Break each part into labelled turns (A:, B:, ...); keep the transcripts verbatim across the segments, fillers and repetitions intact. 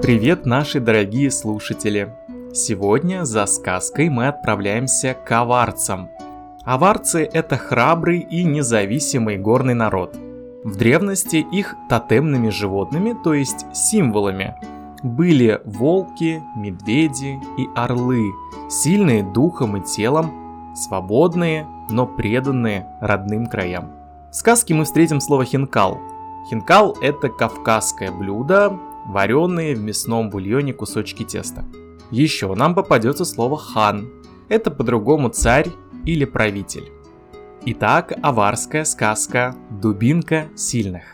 A: Привет, наши дорогие слушатели! Сегодня за сказкой мы отправляемся к аварцам. Аварцы – это храбрый и независимый горный народ. В древности их тотемными животными, то есть символами, были волки, медведи и орлы, сильные духом и телом, свободные, но преданные родным краям. В сказке мы встретим слово «хинкал». Хинкал – это кавказское блюдо, вареные в мясном бульоне кусочки теста. Еще нам попадется слово «хан». Это по-другому царь или правитель. Итак, аварская сказка «Дубинка сильных».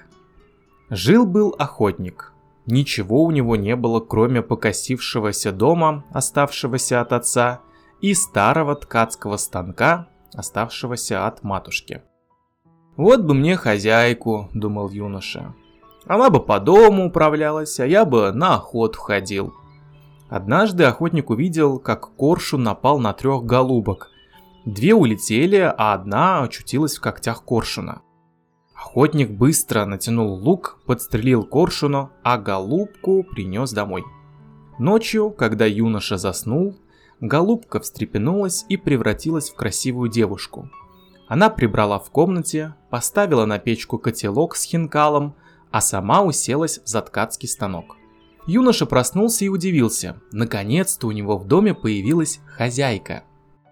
A: Жил-был охотник. Ничего у него не было, кроме покосившегося дома, оставшегося от отца, и старого ткацкого станка, оставшегося от матушки. «Вот бы мне хозяйку», — думал юноша. «Она бы по дому управлялась, а я бы на охоту ходил». Однажды охотник увидел, как коршун напал на трех голубок. Две улетели, а одна очутилась в когтях коршуна. Охотник быстро натянул лук, подстрелил коршуна, а голубку принес домой. Ночью, когда юноша заснул, голубка встрепенулась и превратилась в красивую девушку. Она прибрала в комнате, поставила на печку котелок с хинкалом, а сама уселась за ткацкий станок. Юноша проснулся и удивился. Наконец-то у него в доме появилась хозяйка.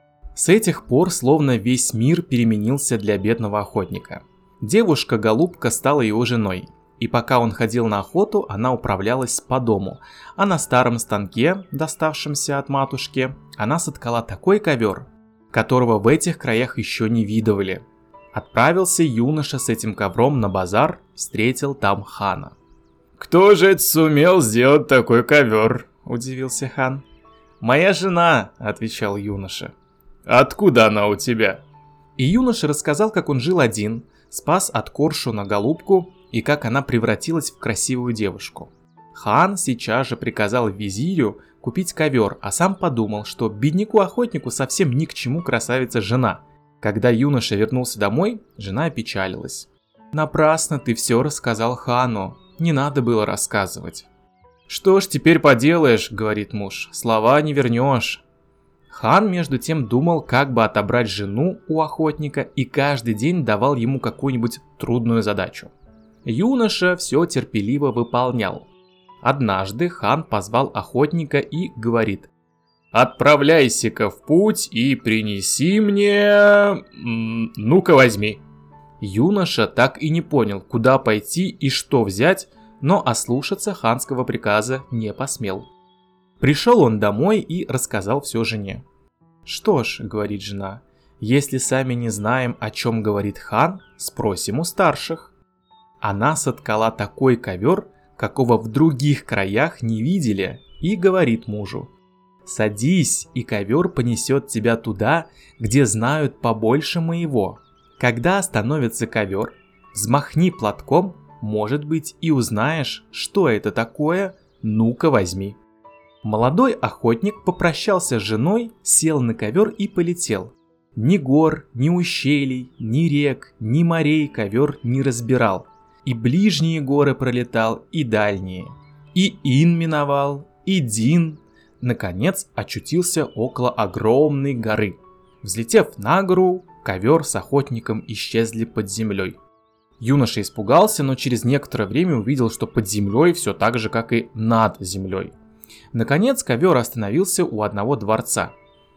A: С этих пор словно весь мир переменился для бедного охотника. Девушка-голубка стала его женой, и пока он ходил на охоту, она управлялась по дому, а на старом станке, доставшемся от матушки, она соткала такой ковер, которого в этих краях еще не видывали. Отправился юноша с этим ковром на базар, встретил там хана. «Кто же это сумел сделать такой ковер?» – удивился хан. «Моя жена», – отвечал юноша. «Откуда она у тебя?» И юноша рассказал, как он жил один, спас от коршуна голубку и как она превратилась в красивую девушку. Хан сейчас же приказал визирю купить ковер, а сам подумал, что бедняку-охотнику совсем ни к чему красавица жена. Когда юноша вернулся домой, жена опечалилась. «Напрасно ты все рассказал хану, не надо было рассказывать». «Что ж теперь поделаешь», — говорит муж, — «слова не вернешь». Хан между тем думал, как бы отобрать жену у охотника, и каждый день давал ему какую-нибудь трудную задачу. Юноша все терпеливо выполнял. Однажды хан позвал охотника и говорит: «Отправляйся-ка в путь и принеси мне... ну-ка возьми». Юноша так и не понял, куда пойти и что взять, но ослушаться ханского приказа не посмел. Пришел он домой и рассказал все жене. «Что ж, — говорит жена, — если сами не знаем, о чем говорит хан, спросим у старших». Она соткала такой ковер, какого в других краях не видели, и говорит мужу: «Садись, и ковер понесет тебя туда, где знают побольше моего. Когда остановится ковер, взмахни платком, может быть, и узнаешь, что это такое, ну-ка возьми». Молодой охотник попрощался с женой, сел на ковер и полетел. Ни гор, ни ущелий, ни рек, ни морей ковер не разбирал. И ближние горы пролетал, и дальние. И Ин миновал, и Дин. Наконец очутился около огромной горы. Взлетев на гору, ковер с охотником исчезли под землей. Юноша испугался, но через некоторое время увидел, что под землей все так же, как и над землей. Наконец ковер остановился у одного дворца.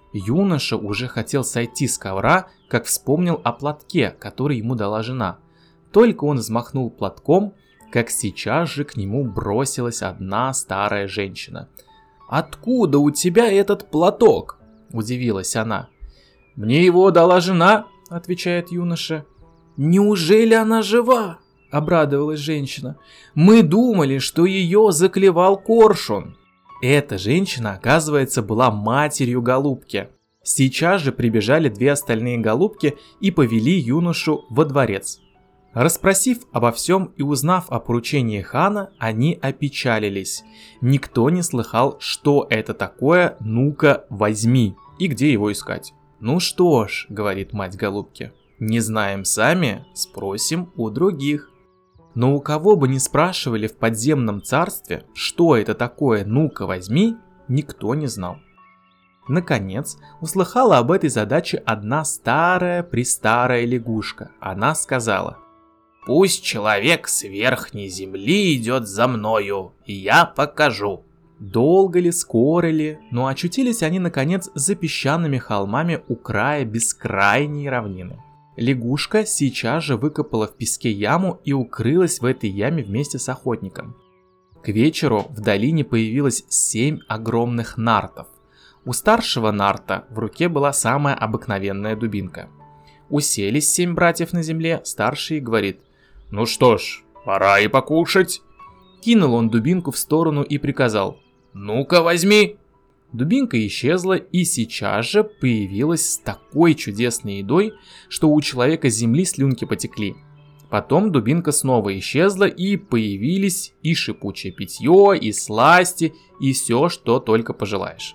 A: Юноша уже хотел сойти с ковра, как вспомнил о платке, который ему дала жена. Только он взмахнул платком, как сейчас же к нему бросилась одна старая женщина. «Откуда у тебя этот платок?» – удивилась она. «Мне его дала жена», – отвечает юноша. «Неужели она жива?» – обрадовалась женщина. «Мы думали, что ее заклевал коршун». Эта женщина, оказывается, была матерью голубки. Сейчас же прибежали две остальные голубки и повели юношу во дворец. Расспросив обо всем и узнав о поручении хана, они опечалились. Никто не слыхал, что это такое, ну-ка возьми, и где его искать. «Ну что ж, — говорит мать голубки, — не знаем сами, спросим у других». Но у кого бы ни спрашивали в подземном царстве, что это такое, ну-ка возьми, никто не знал. Наконец, услыхала об этой задаче одна старая-престарая лягушка. Она сказала: «Пусть человек с верхней земли идет за мною, и я покажу». Долго ли, скоро ли, но очутились они наконец за песчаными холмами у края бескрайней равнины. Лягушка сейчас же выкопала в песке яму и укрылась в этой яме вместе с охотником. К вечеру в долине появилось семь огромных нартов. У старшего нарта в руке была самая обыкновенная дубинка. Уселись семь братьев на земле, старший говорит: «Ну что ж, пора и покушать». Кинул он дубинку в сторону и приказал: «Ну-ка возьми». Дубинка исчезла и сейчас же появилась с такой чудесной едой, что у человека с земли слюнки потекли. Потом дубинка снова исчезла, и появились и шипучее питье, и сласти, и все, что только пожелаешь.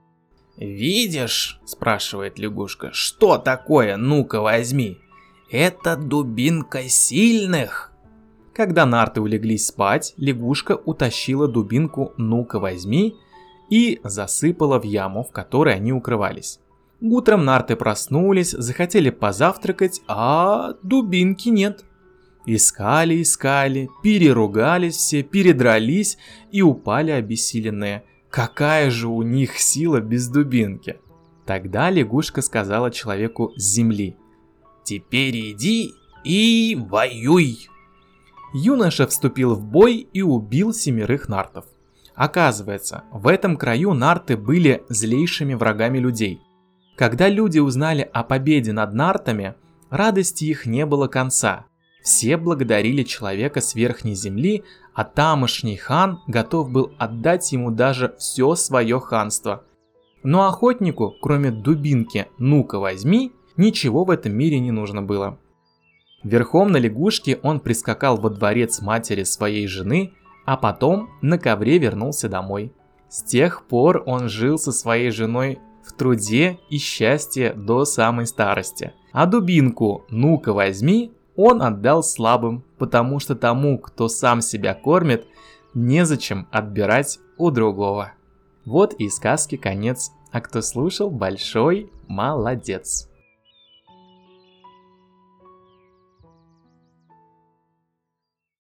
A: «Видишь, — спрашивает лягушка, — что такое, ну-ка возьми? Это дубинка сильных». Когда нарты улеглись спать, лягушка утащила дубинку «ну-ка возьми» и засыпала в яму, в которой они укрывались. Утром нарты проснулись, захотели позавтракать, а дубинки нет. Искали, искали, переругались все, передрались и упали обессиленные. Какая же у них сила без дубинки? Тогда лягушка сказала человеку с земли: «Теперь иди и воюй». Юноша вступил в бой и убил семерых нартов. Оказывается, в этом краю нарты были злейшими врагами людей. Когда люди узнали о победе над нартами, радости их не было конца. Все благодарили человека с верхней земли, а тамошний хан готов был отдать ему даже все свое ханство. Но охотнику, кроме дубинки «ну-ка возьми», ничего в этом мире не нужно было. Верхом на лягушке он прискакал во дворец матери своей жены, а потом на ковре вернулся домой. С тех пор он жил со своей женой в труде и счастье до самой старости. А дубинку «ну-ка возьми» он отдал слабым, потому что тому, кто сам себя кормит, незачем отбирать у другого. Вот и сказки конец, а кто слушал, большой молодец.